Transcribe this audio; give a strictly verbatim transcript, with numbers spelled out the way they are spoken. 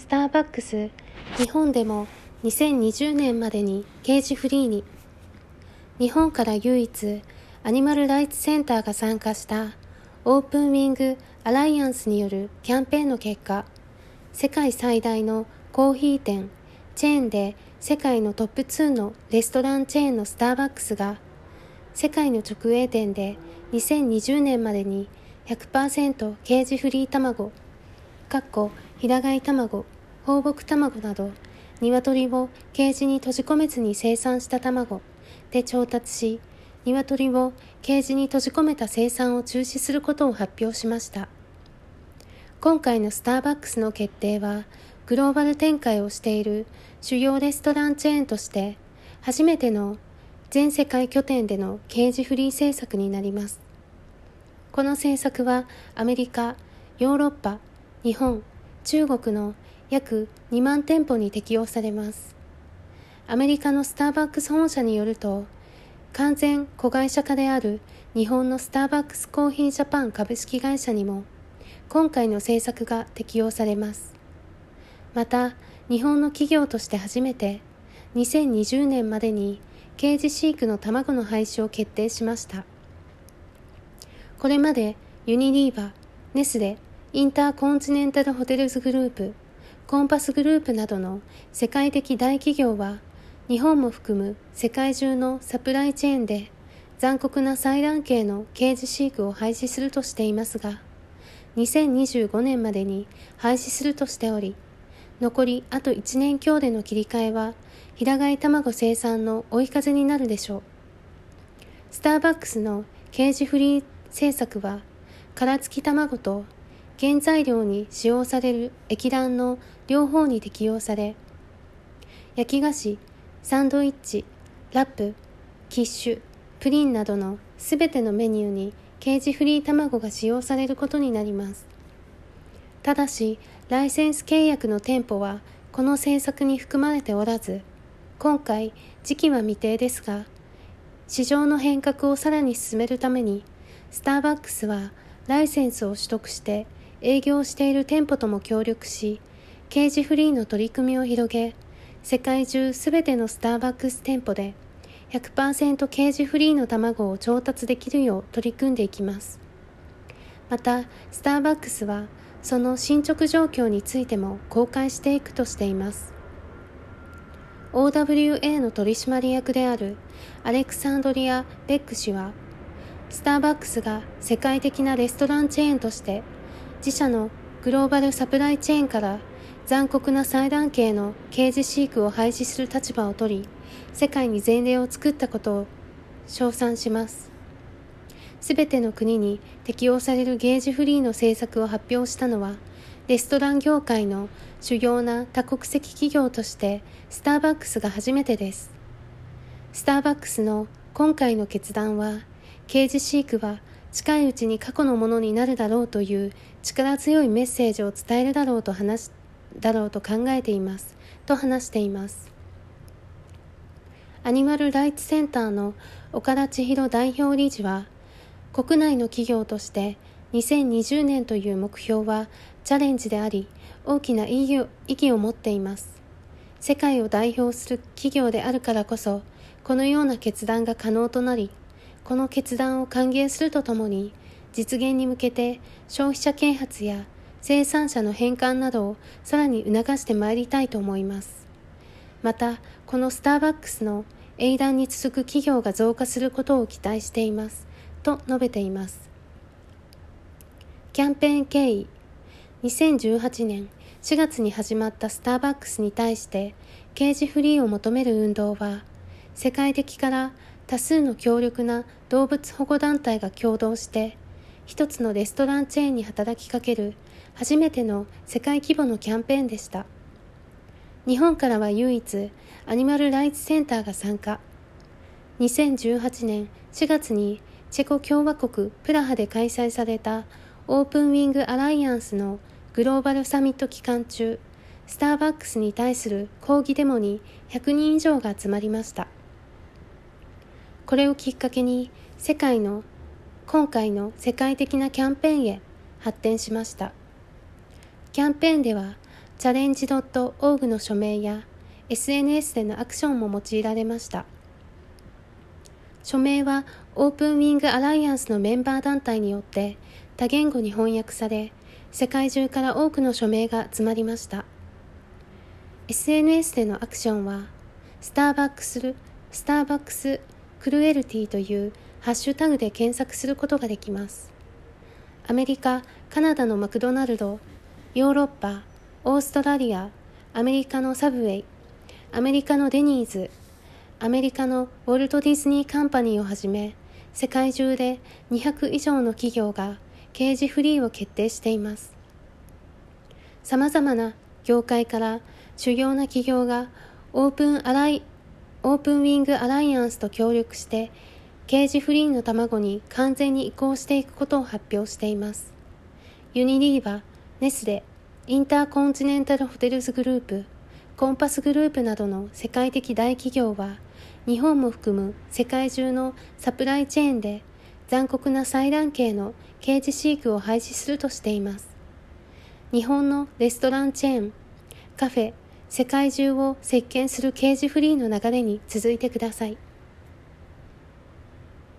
スターバックス、日本でもにせんにじゅうねんまでにケージフリーに。日本から唯一アニマルライツセンターが参加したオープンウィングアライアンスによるキャンペーンの結果、世界最大のコーヒー店チェーンで世界のトップツーのレストランチェーンのスターバックスが世界の直営店でにせんにじゅうねんまでに ひゃくパーセント ケージフリー卵、かっこ平飼い卵、放牧卵など鶏をケージに閉じ込めずに生産した卵で調達し、鶏をケージに閉じ込めた生産を中止することを発表しました。今回のスターバックスの決定は、グローバル展開をしている主要レストランチェーンとして初めての全世界拠点でのケージフリー政策になります。この政策はアメリカ、ヨーロッパ、日本、中国の約にまん店舗に適用されます。アメリカのスターバックス本社によると、完全子会社化である日本のスターバックスコーヒージャパン株式会社にも今回の政策が適用されます。また、日本の企業として初めてにせんにじゅうねんまでにケージ飼育の卵の廃止を決定しました。これまでユニリーバ、ネスレ、インターコンチネンタルホテルズグループ、コンパスグループなどの世界的大企業は日本も含む世界中のサプライチェーンで残酷な採卵系のケージ飼育を廃止するとしていますが、にせんにじゅうごねんまでに廃止するとしており、残りあといちねん強での切り替えは平飼い卵生産の追い風になるでしょう。スターバックスのケージフリー政策は、殻付き卵と原材料に使用される液卵の両方に適用され、焼き菓子、サンドイッチ、ラップ、キッシュ、プリンなどのすべてのメニューにケージフリー卵が使用されることになります。ただし、ライセンス契約の店舗はこの政策に含まれておらず、今回時期は未定ですが、市場の変革をさらに進めるために、スターバックスはライセンスを取得して営業している店舗とも協力し、ケージフリーの取り組みを広げ、世界中すべてのスターバックス店舗で ひゃくパーセント ケージフリーの卵を調達できるよう取り組んでいきます。また、スターバックスはその進捗状況についても公開していくとしています。オーダブリューエー の取締役であるアレクサンドリア・ベック氏は、スターバックスが世界的なレストランチェーンとして自社のグローバルサプライチェーンから残酷な採卵系のケージ飼育を廃止する立場を取り、世界に前例を作ったことを称賛します。すべての国に適用されるケージフリーの政策を発表したのは、レストラン業界の主要な多国籍企業としてスターバックスが初めてです。スターバックスの今回の決断は、ケージ飼育は近いうちに過去のものになるだろうという力強いメッセージを伝えるだろうと話しだろうと考えていますと話しています。アニマルライツセンターの岡田千尋代表理事は、国内の企業としてにせんにじゅうねんという目標はチャレンジであり、大きな意義を、意義を持っています。世界を代表する企業であるからこそ、このような決断が可能となり、この決断を歓迎するとともに、実現に向けて消費者啓発や生産者の返還などをさらに促してまいりたいと思います。また、このスターバックスの英断に続く企業が増加することを期待しています、と述べています。キャンペーン経緯。にせんじゅうはちねんしがつに始まったスターバックスに対してケージフリーを求める運動は、世界的から多数の強力な動物保護団体が共同して一つのレストランチェーンに働きかける初めての世界規模のキャンペーンでした。日本からは唯一アニマルライツセンターが参加。にせんじゅうはちねんしがつにチェコ共和国プラハで開催されたオープンウィングアライアンスのグローバルサミット期間中、スターバックスに対する抗議デモにひゃくにん以上が集まりました。これをきっかけに世界の今回の世界的なキャンペーンへ発展しました。キャンペーンではチャレンジ ドットオーグ の署名や エスエヌエス でのアクションも用いられました。署名はオープンウィングアライアンスのメンバー団体によって多言語に翻訳され、世界中から多くの署名が集まりました。エスエヌエス でのアクションは、スターバックス、スターバックスクルエルティというハッシュタグで検索することができます。アメリカ、カナダのマクドナルド、ヨーロッパ、オーストラリア、アメリカのサブウェイ、アメリカのデニーズ、アメリカのウォルト・ディズニー・カンパニーをはじめ、世界中でにひゃく以上の企業がケージフリーを決定しています。さまざまな業界から主要な企業がオープンアライ、オープンウィングアライアンスと協力して、ケージフリーの卵に完全に移行していくことを発表しています。ユニリーバ、ネスレ、インターコンチネンタルホテルズグループ、コンパスグループなどの世界的大企業は、日本も含む世界中のサプライチェーンで残酷な採卵系のケージ飼育を廃止するとしています。日本のレストランチェーン、カフェ、世界中を席巻するケージフリーの流れに続いてください。